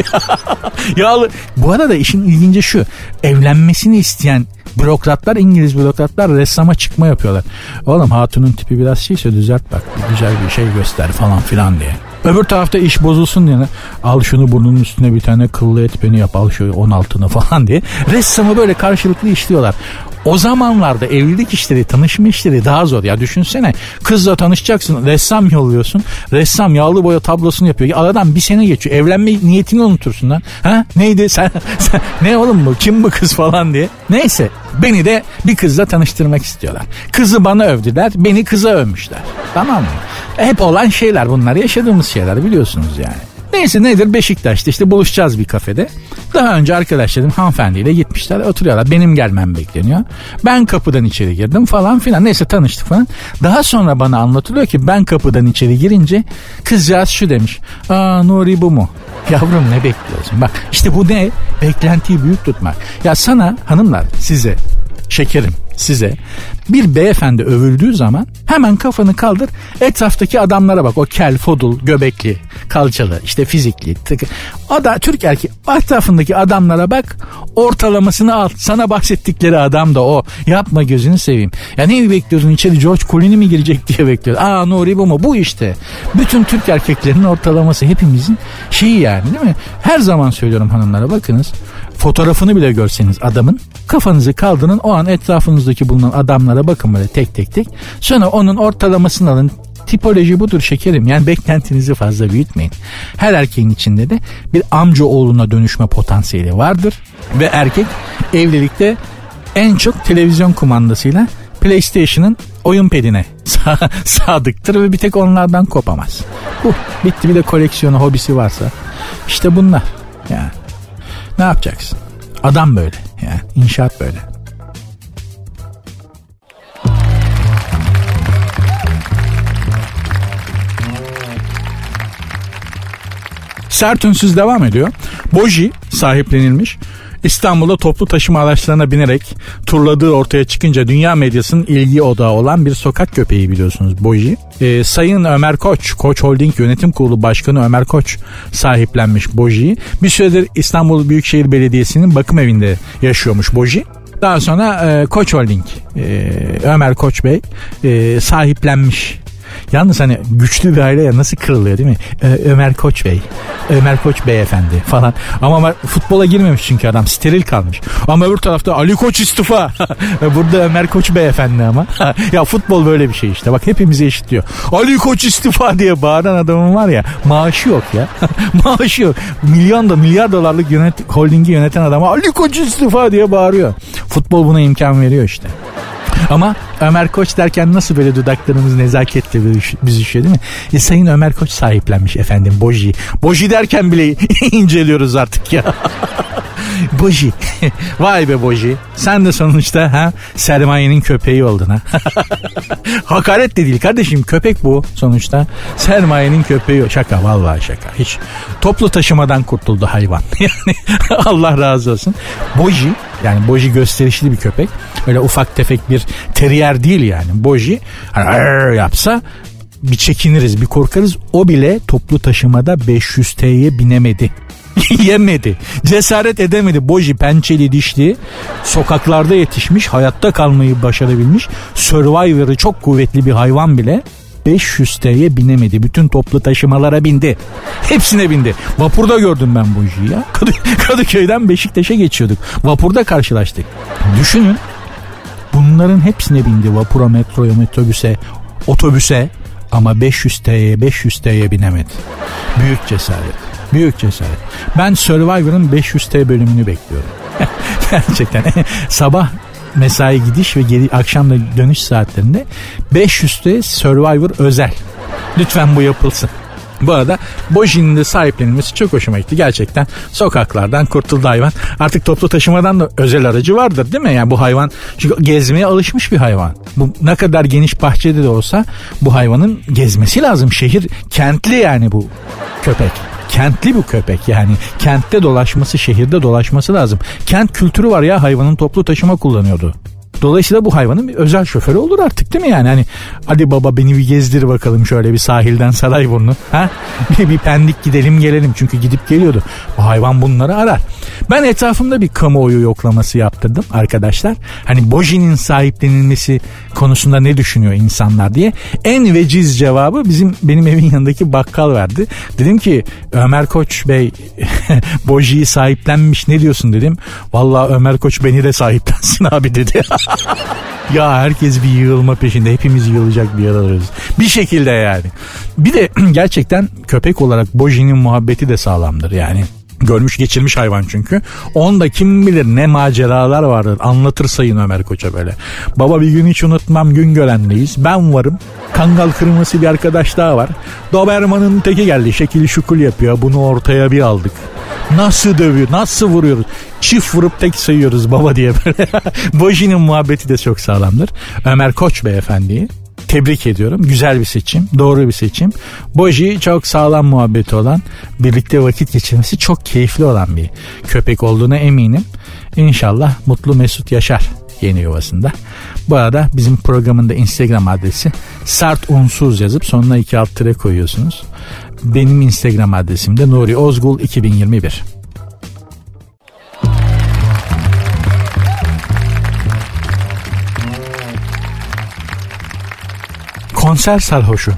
Yağlı. Bu arada işin ilginci şu. Evlenmesini isteyen bürokratlar, İngiliz bürokratlar ressama çıkma yapıyorlar. Oğlum hatunun tipi biraz şeyse düzelt bak. Güzel bir şey göster falan filan diye. Öbür tarafta iş bozulsun diye al şunu burnunun üstüne bir tane kıllı etmeni yap, al şu on altını falan diye. Ressamı böyle karşılıklı işliyorlar. O zamanlarda evlilik işleri, tanışma işleri daha zor. Ya düşünsene, kızla tanışacaksın, ressam yolluyorsun. Ressam yağlı boya tablosunu yapıyor. Aradan bir sene geçiyor. Evlenme niyetini unutursun lan. Ha? Neydi? Sen, sen ne oğlum bu? Kim bu kız falan diye. Neyse, beni de bir kızla tanıştırmak istiyorlar. Kızı bana övdüler, beni kıza övmüşler. Tamam mı? Hep olan şeyler bunlar. Yaşadığımız şeyler biliyorsunuz yani. Neyse nedir, Beşiktaş'ta işte buluşacağız bir kafede. Daha önce arkadaşlarım hanımefendiyle gitmişler, oturuyorlar. Benim gelmem bekleniyor. Ben kapıdan içeri girdim falan filan. Neyse tanıştık falan. Daha sonra bana anlatılıyor ki ben kapıdan içeri girince kızcağız şu demiş. Aa Nuri bu mu? Yavrum ne bekliyorsun? Bak işte bu ne? Beklentiyi büyük tutmak. Ya sana hanımlar, size, şekerim size bir beyefendi övüldüğü zaman hemen kafanı kaldır, etraftaki adamlara bak. O kel, fodul, göbekli, kalçalı, işte fizikli. Tık. O da Türk erkeği, etrafındaki adamlara bak, ortalamasını al. Sana bahsettikleri adam da o. Yapma gözünü seveyim. Ya ne bekliyorsun, içeri George Clooney mi girecek diye bekliyorsun. Aa Nuri bu mu? Bu işte. Bütün Türk erkeklerinin ortalaması, hepimizin şeyi yani, değil mi? Her zaman söylüyorum hanımlara, bakınız. Fotoğrafını bile görseniz adamın, kafanızı kaldırın, o an etrafınızdaki bulunan adamlara bakın böyle tek tek tek. Sonra onun ortalamasını alın. Tipoloji budur şekerim. Yani beklentinizi fazla büyütmeyin. Her erkeğin içinde de bir amca oğluna dönüşme potansiyeli vardır. Ve erkek evlilikte en çok televizyon kumandasıyla PlayStation'ın oyun pedine sadıktır ve bir tek onlardan kopamaz. Bu bitti. Bir de koleksiyonu, hobisi varsa işte bunlar. Yani ne yapacaksın? Adam böyle. Yani inşaat böyle. Sert Ünsüz devam ediyor. Boji sahiplenilmiş. İstanbul'da toplu taşıma araçlarına binerek turladığı ortaya çıkınca dünya medyasının ilgi odağı olan bir sokak köpeği biliyorsunuz Boji. Ee, Sayın Ömer Koç, Koç Holding Yönetim Kurulu Başkanı Ömer Koç sahiplenmiş Boji'yi. Bir süredir İstanbul Büyükşehir Belediyesi'nin bakım evinde yaşıyormuş Boji. Daha sonra e, Koç Holding, e, Ömer Koç Bey e, sahiplenmiş. Yalnız hani güçlü bir aile ya, nasıl kırılıyor değil mi? Ee, Ömer Koç Bey, Ömer Koç Beyefendi falan. Ama futbola girmemiş çünkü adam, steril kalmış. Ama öbür tarafta Ali Koç istifa. Burada Ömer Koç Beyefendi ama. Ya futbol böyle bir şey işte. Bak hepimizi eşitliyor. Ali Koç istifa diye bağıran adamın var ya, maaşı yok ya. Maaşı yok. Milyon da milyar dolarlık yönet, holdingi yöneten adama Ali Koç istifa diye bağırıyor. Futbol buna imkan veriyor işte. Ama Ömer Koç derken nasıl böyle dudaklarımız nezaketle büzüşüyor değil mi? E, Sayın Ömer Koç sahiplenmiş efendim Boji. Boji derken bile inceliyoruz artık ya. Boji. Vay be Boji. Sen de sonuçta ha sermayenin köpeği oldun ha. Hakaret de değil kardeşim, köpek bu sonuçta. Sermayenin köpeği. Şaka, vallahi şaka. Hiç toplu taşımadan kurtuldu hayvan. Yani Allah razı olsun. Boji, yani Boji gösterişli bir köpek. Öyle ufak tefek bir terrier değil yani. Boji hani yapsa bir çekiniriz, bir korkarız. O bile toplu taşımada beş yüz T'ye binemedi. Yemedi. Cesaret edemedi. Boji pençeli dişli, sokaklarda yetişmiş, hayatta kalmayı başarabilmiş, Survivor'ı çok kuvvetli bir hayvan bile beş yüz T'ye binemedi. Bütün toplu taşımalara bindi. Hepsine bindi. Vapurda gördüm ben Boji'yi ya. Kadı- Kadıköy'den Beşiktaş'a geçiyorduk. Vapurda karşılaştık. Düşünün. Bunların hepsine bindi. Vapura, metroya, metrobüse, otobüse. Ama beş yüz T'ye beş yüz T'ye binemedi. Büyük cesaret. Büyük cesaret. Ben Survivor'ın beş yüz T bölümünü bekliyorum. Gerçekten. Sabah mesai gidiş ve geri akşam da dönüş saatlerinde beş yüz T Survivor özel. Lütfen bu yapılsın. Bu arada Boji'nin de sahiplenilmesi çok hoşuma gitti. Gerçekten sokaklardan kurtuldu hayvan. Artık toplu taşımadan da özel aracı vardır değil mi? Yani bu hayvan çünkü gezmeye alışmış bir hayvan. Bu ne kadar geniş bahçede de olsa bu hayvanın gezmesi lazım. Şehir kentli yani bu köpek. Kentli bu köpek yani. Kentte dolaşması, şehirde dolaşması lazım. Kent kültürü var ya, hayvanın toplu taşıma kullanıyordu. Dolayısıyla bu hayvanın bir özel şoförü olur artık değil mi yani? Hani hadi baba beni bir gezdir bakalım şöyle bir sahilden Sarayburnu. Ha? Bir, bir Pendik gidelim gelelim çünkü gidip geliyordu. Bu hayvan bunları arar. Ben etrafımda bir kamuoyu yoklaması yaptırdım arkadaşlar. Hani Boji'nin sahiplenilmesi konusunda ne düşünüyor insanlar diye. En veciz cevabı bizim benim evin yanındaki bakkal verdi. Dedim ki Ömer Koç Bey Boji'yi sahiplenmiş, ne diyorsun dedim. Vallahi Ömer Koç beni de sahiplensin abi dedi. Ya herkes bir yığılma peşinde. Hepimiz yığılacak bir yer arıyoruz. Bir şekilde yani. Bir de gerçekten köpek olarak Boji'nin muhabbeti de sağlamdır yani. Görmüş geçirmiş hayvan çünkü. Onda kim bilir ne maceralar vardır. Anlatır Sayın Ömer Koç'a böyle. Baba bir gün hiç unutmam, Güngören'deyiz. Ben varım. Kangal kırması bir arkadaş daha var. Doberman'ın teki geldi. Şekil şukul yapıyor. Bunu ortaya bir aldık. Nasıl dövüyor? Nasıl vuruyoruz? Çift vurup tek sayıyoruz baba diye böyle. Boji'nin muhabbeti de çok sağlamdır. Ömer Koç beyefendiyi tebrik ediyorum. Güzel bir seçim. Doğru bir seçim. Boji çok sağlam muhabbeti olan, birlikte vakit geçirmesi çok keyifli olan bir köpek olduğuna eminim. İnşallah mutlu mesut yaşar yeni yuvasında. Bu arada bizim programın da Instagram adresi sert unsuz yazıp sonuna iki alt tire koyuyorsunuz. Benim Instagram adresim de Nuri Ozgul iki bin yirmi bir. Konser sarhoşu.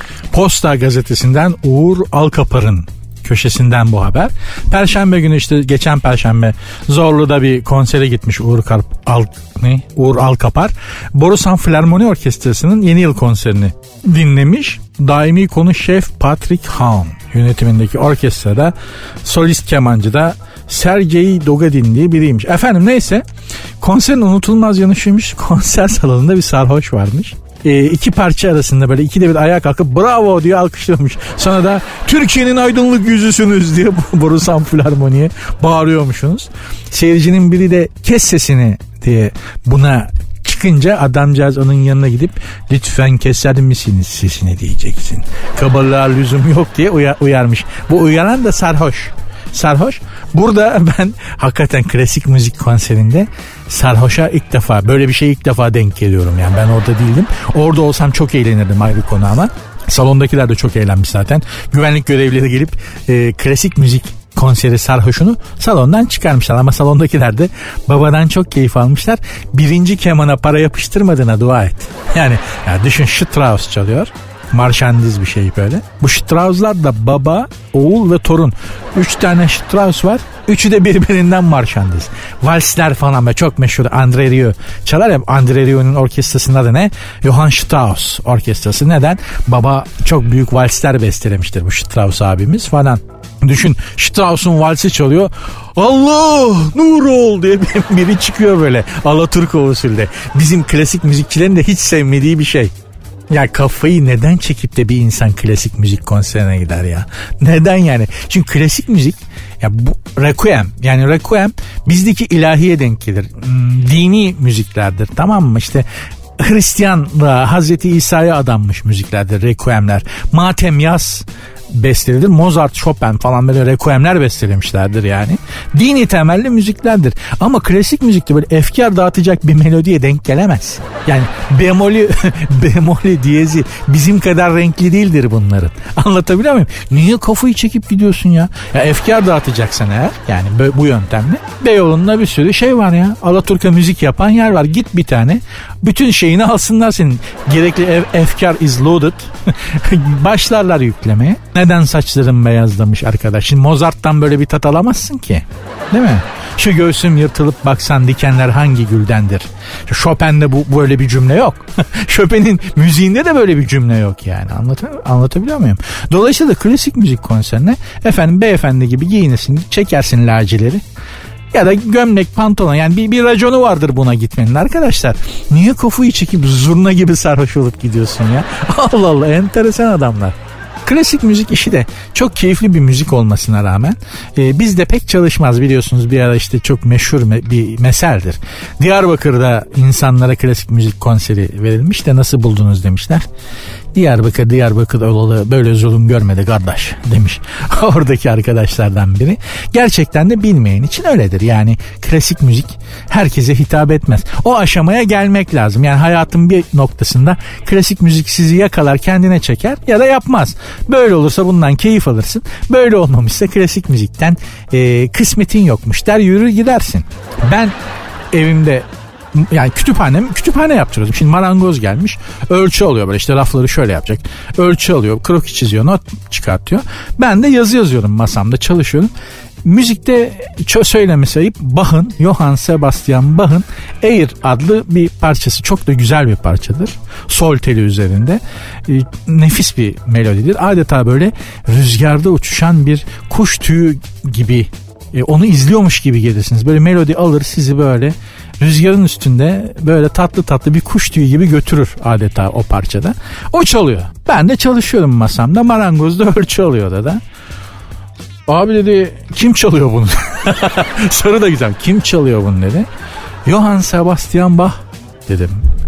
Posta gazetesinden Uğur Alkapar'ın köşesinden bu haber. Perşembe günü, işte geçen Perşembe Zorlu'da bir konsere gitmiş Uğur Karp, Al, ne? Uğur Alkapar. Borusan Filarmoni Orkestrası'nın yeni yıl konserini dinlemiş. Daimi konu şef Patrick Hahn yönetimindeki orkestrada solist kemancı da Sergey Dogadin diye biriymiş. Efendim neyse, konserin unutulmaz yanı şuymuş: konser salonunda bir sarhoş varmış. E, iki parça arasında böyle ikide bir ayağa kalkıp bravo diye alkışlamış. Sonra da Türkiye'nin aydınlık yüzüsünüz diye Borusan Filarmoni'ye bağırıyormuşsunuz. Seyircinin biri de kes sesini diye buna çıkınca adamcağız onun yanına gidip lütfen keser misiniz sesini diyeceksin. Kabalığa lüzum yok diye uyar, uyarmış. Bu uyaran da sarhoş. Sarhoş. Burada ben hakikaten klasik müzik konserinde sarhoşa ilk defa, böyle bir şey ilk defa denk geliyorum. Yani ben orada değildim. Orada olsam çok eğlenirdim, ayrı konu ama. Salondakiler de çok eğlenmiş zaten. Güvenlik görevlileri gelip e, klasik müzik konseri sarhoşunu salondan çıkarmışlar. Ama salondakiler de babadan çok keyif almışlar. Birinci kemana para yapıştırmadığına dua et. Yani, yani düşün, Strauss çalıyor. Marşandiz bir şey böyle. Bu Strauss'lar da baba, oğul ve torun. Üç tane Strauss var. Üçü de birbirinden marşandiz. Valsler falan ve çok meşhur André Rieu çalar ya. André Rieu'nun orkestrasının adı ne? Johann Strauss orkestrası. Neden? Baba çok büyük valsler bestelemiştir bu Strauss abimiz falan. Düşün, Strauss'un valsi çalıyor. Allah nur ol diye biri çıkıyor böyle Alaturka usulde. Bizim klasik müzikçilerin de hiç sevmediği bir şey. Ya kafayı neden çekip de bir insan klasik müzik konserine gider ya? Neden yani? Çünkü klasik müzik, ya bu requiem, yani requiem bizdeki ilahiye denk gelir. Hmm, dini müziklerdir, tamam mı? İşte Hristiyanlığa, Hazreti İsa'ya adanmış müziklerdir requiemler. Matem, yas, bestelidir. Mozart, Chopin falan böyle requiemler bestelemişlerdir yani. Dini temelli müziklerdir. Ama klasik müzikte böyle efkar dağıtacak bir melodiye denk gelemez. Yani bemolü, bemolü diyezi bizim kadar renkli değildir bunların. Anlatabiliyor muyum? Niye kafayı çekip gidiyorsun ya? Ya efkar dağıtacaksın eğer yani bu yöntemle. Beyoğlu'nda bir sürü şey var ya. Alaturka müzik yapan yer var. Git bir tane. Bütün şeyini alsınlar senin. Gerekli ev, efkar is loaded. Başlarlar yüklemeye. Neden saçlarım beyazlamış arkadaş? Şimdi Mozart'tan böyle bir tat alamazsın ki. Değil mi? Şu göğsüm yırtılıp baksan dikenler hangi güldendir? Chopin'de bu böyle bir cümle yok. Chopin'in müziğinde de böyle bir cümle yok yani. Anlat, anlatabiliyor muyum? Dolayısıyla klasik müzik konserine efendim beyefendi gibi giyinirsin, çekersin lacileri. Ya da gömlek, pantolon yani bir, bir raconu vardır buna gitmenin arkadaşlar. Niye kafayı çekip zurna gibi sarhoş olup gidiyorsun ya? Allah Allah, enteresan adamlar. Klasik müzik işi de çok keyifli bir müzik olmasına rağmen e, bizde pek çalışmaz biliyorsunuz. Bir ara işte çok meşhur me- bir meseldir. Diyarbakır'da insanlara klasik müzik konseri verilmiş de nasıl buldunuz demişler. Diyarbakır Diyarbakır olalı böyle zulüm görmedi kardeş demiş oradaki arkadaşlardan biri. Gerçekten de bilmeyen için öyledir. Yani klasik müzik herkese hitap etmez. O aşamaya gelmek lazım. Yani hayatın bir noktasında klasik müzik sizi yakalar, kendine çeker ya da yapmaz. Böyle olursa bundan keyif alırsın. Böyle olmamışsa klasik müzikten e, kısmetin yokmuş der, yürür gidersin. Ben evimde yani kütüphanem, kütüphane yaptırıyordum. Şimdi marangoz gelmiş. Ölçü alıyor böyle, işte rafları şöyle yapacak. Ölçü alıyor, kroki çiziyor, not çıkartıyor. Ben de yazı yazıyorum masamda, çalışıyorum. Müzikte söylemesi ayıp, Bach'ın, Johann Sebastian Bach'ın Air adlı bir parçası. Çok da güzel bir parçadır. Sol teli üzerinde. E, nefis bir melodidir. Adeta böyle rüzgarda uçuşan bir kuş tüyü gibi, e, onu izliyormuş gibi gelirsiniz. Böyle melodi alır sizi böyle rüzgarın üstünde böyle tatlı tatlı bir kuş tüyü gibi götürür adeta o parçada. O çalıyor. Ben de çalışıyorum masamda. Marangoz da ölçü alıyor da da. Abi dedi, kim çalıyor bunu? Soru da güzel. Kim çalıyor bunu dedi. Johann Sebastian Bach dedim.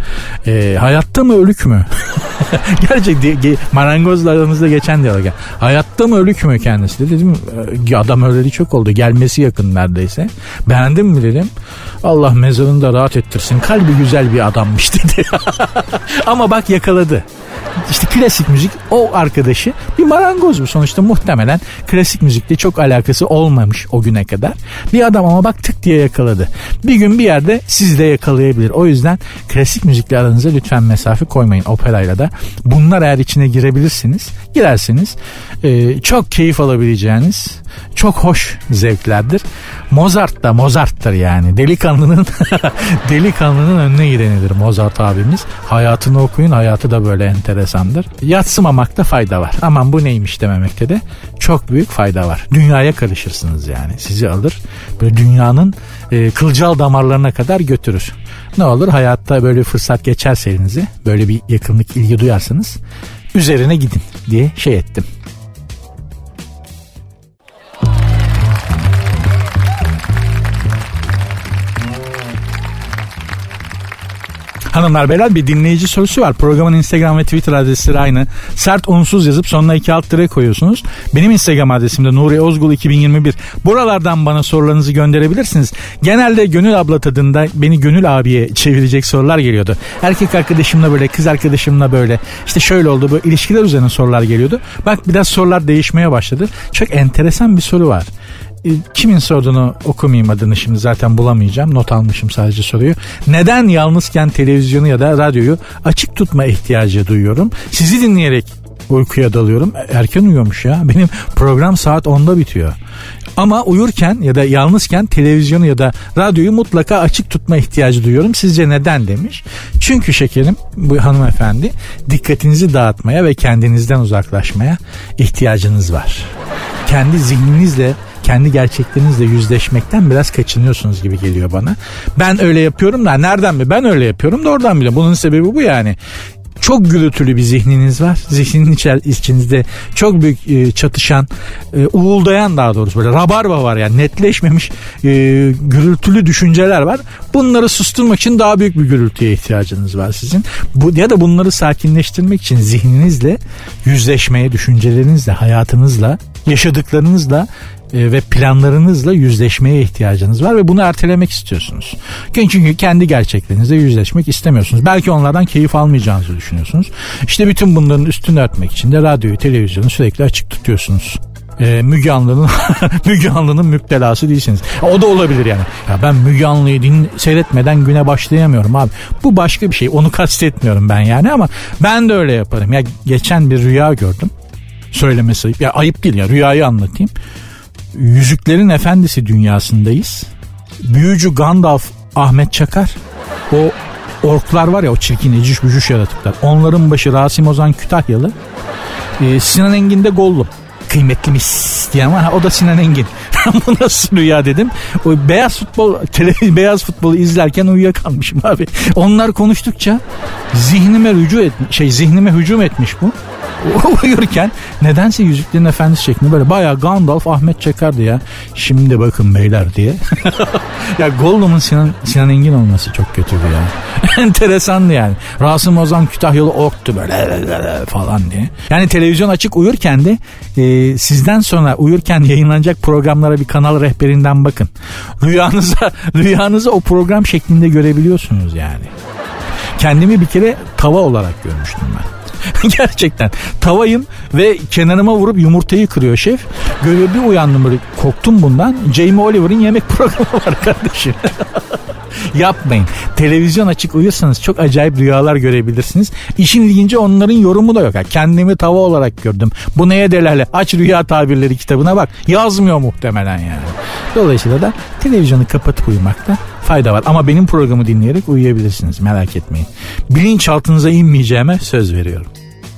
E, hayatta mı ölük mü? Gerçekten marangozla aramızda geçen diyalog. Hayatta mı ölük mü kendisi dedi. Dedim, adam öleli çok oldu. Gelmesi yakın neredeyse. Beğendin mi dedim. Allah mezarını da rahat ettirsin. Kalbi güzel bir adammış dedi. Ama bak yakaladı. İşte klasik müzik, o arkadaşı bir marangoz bu sonuçta, muhtemelen klasik müzikle çok alakası olmamış o güne kadar. Bir adam ama bak tık diye yakaladı. Bir gün bir yerde sizi de yakalayabilir. O yüzden klasik müzikle aranıza lütfen mesafe koymayın, operayla da. Bunlar eğer içine girebilirsiniz, girersiniz. Ee, çok keyif alabileceğiniz çok hoş zevklerdir. Mozart da Mozart'tır yani. Delikanlının delikanlının önüne gidenidir Mozart abimiz. Hayatını okuyun, hayatı da böyle enteresandır. Yatsımamakta fayda var. Aman bu neymiş dememekte de çok büyük fayda var. Dünyaya karışırsınız yani. Sizi alır böyle dünyanın e, kılcal damarlarına kadar götürür. Ne olur hayatta böyle bir fırsat geçerse elinize, böyle bir yakınlık, ilgi duyarsanız üzerine gidin diye şey ettim. Hanımlar beyler, bir dinleyici sorusu var. Programın Instagram ve Twitter adresleri aynı. Sert unsuz yazıp sonuna iki alt tere koyuyorsunuz. Benim Instagram adresim de Nuri Ozgul iki bin yirmi bir. Buralardan bana sorularınızı gönderebilirsiniz. Genelde Gönül abla tadında beni Gönül abiye çevirecek sorular geliyordu. Erkek arkadaşımla böyle, kız arkadaşımla böyle, işte şöyle oldu, böyle ilişkiler üzerine sorular geliyordu. Bak biraz sorular değişmeye başladı. Çok enteresan bir soru var. Kimin sorduğunu okumayayım adını, şimdi zaten bulamayacağım. Not almışım sadece soruyu. Neden yalnızken televizyonu ya da radyoyu açık tutma ihtiyacı duyuyorum? Sizi dinleyerek uykuya dalıyorum. Erken uyuyormuş ya. Benim program saat onda bitiyor. Ama uyurken ya da yalnızken televizyonu ya da radyoyu mutlaka açık tutma ihtiyacı duyuyorum. Sizce neden demiş? Çünkü şekerim, bu hanımefendi, dikkatinizi dağıtmaya ve kendinizden uzaklaşmaya ihtiyacınız var. Kendi zihninizle, kendi gerçeklerinizle yüzleşmekten biraz kaçınıyorsunuz gibi geliyor bana. Ben öyle yapıyorum da nereden mi? Ben öyle yapıyorum da oradan bile. Bunun sebebi bu yani. çok gürültülü bir zihniniz var. Zihnin içerisinde çok büyük e, çatışan, e, uğuldayan daha doğrusu böyle rabarba var yani netleşmemiş e, gürültülü düşünceler var. Bunları susturmak için daha büyük bir gürültüye ihtiyacınız var sizin. Bu, ya da bunları sakinleştirmek için zihninizle yüzleşmeye, düşüncelerinizle, hayatınızla, yaşadıklarınızla e, ve planlarınızla yüzleşmeye ihtiyacınız var ve bunu ertelemek istiyorsunuz. Çünkü kendi gerçeklerinizle yüzleşmek istemiyorsunuz. Belki onlardan keyif almayacağınızı düşünüyorsunuz. İşte bütün bunların üstünü örtmek için de radyoyu, televizyonu sürekli açık tutuyorsunuz. Ee, Müge Anlı'nın Müge Anlı'nın müptelası değilsiniz. O da olabilir yani. Ya ben Müge Anlı'yı din seyretmeden güne başlayamıyorum abi. Bu başka bir şey. Onu kastetmiyorum ben yani ama ben de öyle yaparım. Ya geçen bir rüya gördüm. Söylemesi ayıp. Ya ayıp değil ya, rüyayı anlatayım. Yüzüklerin Efendisi dünyasındayız. Büyücü Gandalf Ahmet Çakar. O orklar var ya, o çirkin eciş bücüş yaratıklar. Onların başı Rasim Ozan Kütahyalı. Ee, Sinan Engin de Gollum. Kıymetli mis diyen var. O da Sinan Engin. Bu nasıl rüya dedim. O beyaz futbol, tele, beyaz futbolu izlerken uyuyakalmışım abi. Onlar konuştukça zihnime rücu et, şey zihnime hücum etmiş bu. Uyurken nedense Yüzüklerin Efendisi şeklinde böyle bayağı Gandalf Ahmet Çakar'dı ya. Şimdi bakın beyler diye. Ya Gollum'un Sinan, Sinan Engin olması çok kötüydü ya. Enteresandı yani. Rasim Ozan Kütahyalı orktu böyle falan diye. Yani televizyon açık uyurken de e, sizden sonra uyurken yayınlanacak programlara bir kanal rehberinden bakın. Rüyanıza, rüyanızı o program şeklinde görebiliyorsunuz yani. Kendimi bir kere tava olarak görmüştüm ben. Gerçekten tavayım ve kenarıma vurup yumurtayı kırıyor şef. Böyle bir uyandım, böyle korktum bundan. Jamie Oliver'ın yemek programı var kardeşim. Yapmayın. Televizyon açık uyursanız çok acayip rüyalar görebilirsiniz. İşin ilginci onların yorumu da yok. Kendimi tava olarak gördüm. Bu neye delale? Aç Rüya Tabirleri kitabına bak. Yazmıyor muhtemelen yani. Dolayısıyla da televizyonu kapatıp uyumakta fayda var. Ama benim programı dinleyerek uyuyabilirsiniz. Merak etmeyin. Bilinçaltınıza inmeyeceğime söz veriyorum.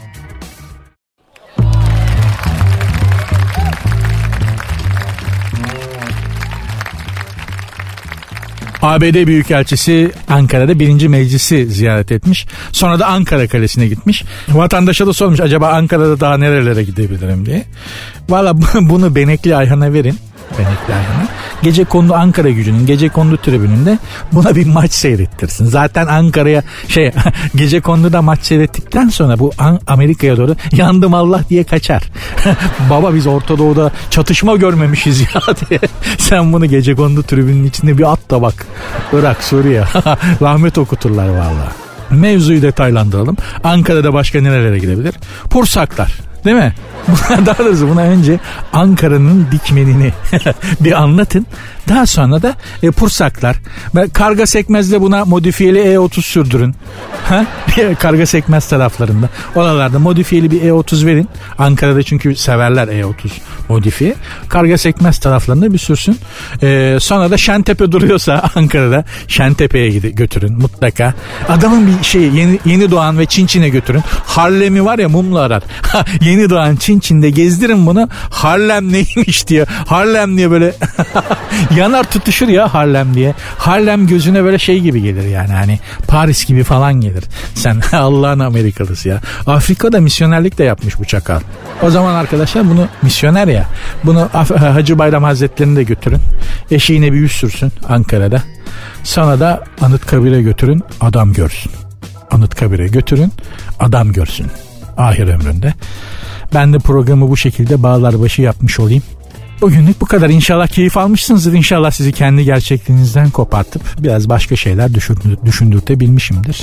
A B D Büyükelçisi Ankara'da birinci meclisi ziyaret etmiş. Sonra da Ankara Kalesi'ne gitmiş. Vatandaşa da sormuş, acaba Ankara'da daha nerelere gidebilirim diye. Valla bunu Benekli Ayhan'a verin. Benekli Ayhan'a. Gecekondu Ankara Gücü'nün Gecekondu tribününde buna bir maç seyrettirsin. Zaten Ankara'ya şey Gecekondu'da maç seyrettikten sonra bu Amerika'ya doğru yandım Allah diye kaçar. Baba biz Orta Doğu'da çatışma görmemişiz ya diye. Sen bunu Gecekondu tribünün içinde bir at da bak. Irak, Suriye. Rahmet okuturlar vallahi. Mevzuyu detaylandıralım. Ankara'da başka nerelere gidebilir? Pursaklar. Değil mi? Daha doğrusu buna önce Ankara'nın dikmenini bir anlatın. Daha sonra da e, Pursaklar. Karga Sekmez'de buna modifiyeli E otuz sürdürün. Ha? Karga Sekmez taraflarında. Oralarda modifiyeli bir E otuz verin. Ankara'da çünkü severler E otuz modifiye. Karga Sekmez taraflarında bir sürsün. E, sonra da Şentepe duruyorsa Ankara'da Şentepe'ye götürün mutlaka. Adamın bir şey yeni, yeni doğan ve Çinçin'e götürün. Harlem'i var ya mumla arar. Yeni doğan Çinçin'de gezdirin bunu. Harlem neymiş diye. Harlem diye böyle yanar tutuşur ya Harlem diye. Harlem gözüne böyle şey gibi gelir yani, hani Paris gibi falan gelir. Sen Allah'ın Amerikalısı ya. Afrika'da misyonerlik de yapmış bu çakal. O zaman arkadaşlar bunu misyoner ya. Bunu Hacı Bayram Hazretleri'ne de götürün. Eşeğine bir yüz sürsün Ankara'da. Sonra da Anıtkabir'e götürün, adam görsün. Anıtkabir'e götürün, adam görsün. Ahir ömründe. Ben de programı bu şekilde bağlar başı yapmış olayım. Bugünlük bu kadar. İnşallah keyif almışsınızdır. İnşallah sizi kendi gerçekliğinizden kopartıp biraz başka şeyler düşündür- düşündürtebilmişimdir.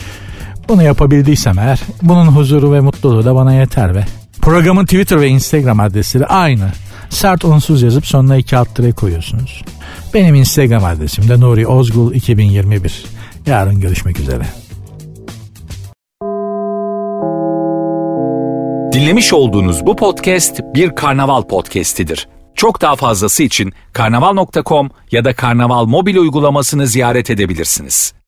Bunu yapabildiysem eğer, bunun huzuru ve mutluluğu da bana yeter ve programın Twitter ve Instagram adresleri aynı. Sert unsuz yazıp sonuna iki alt tire koyuyorsunuz. Benim Instagram adresim de Nuri Ozgul iki bin yirmi bir. Yarın görüşmek üzere. Dinlemiş olduğunuz bu podcast bir Karnaval podcastidir. Çok daha fazlası için karnaval nokta com ya da Karnaval mobil uygulamasını ziyaret edebilirsiniz.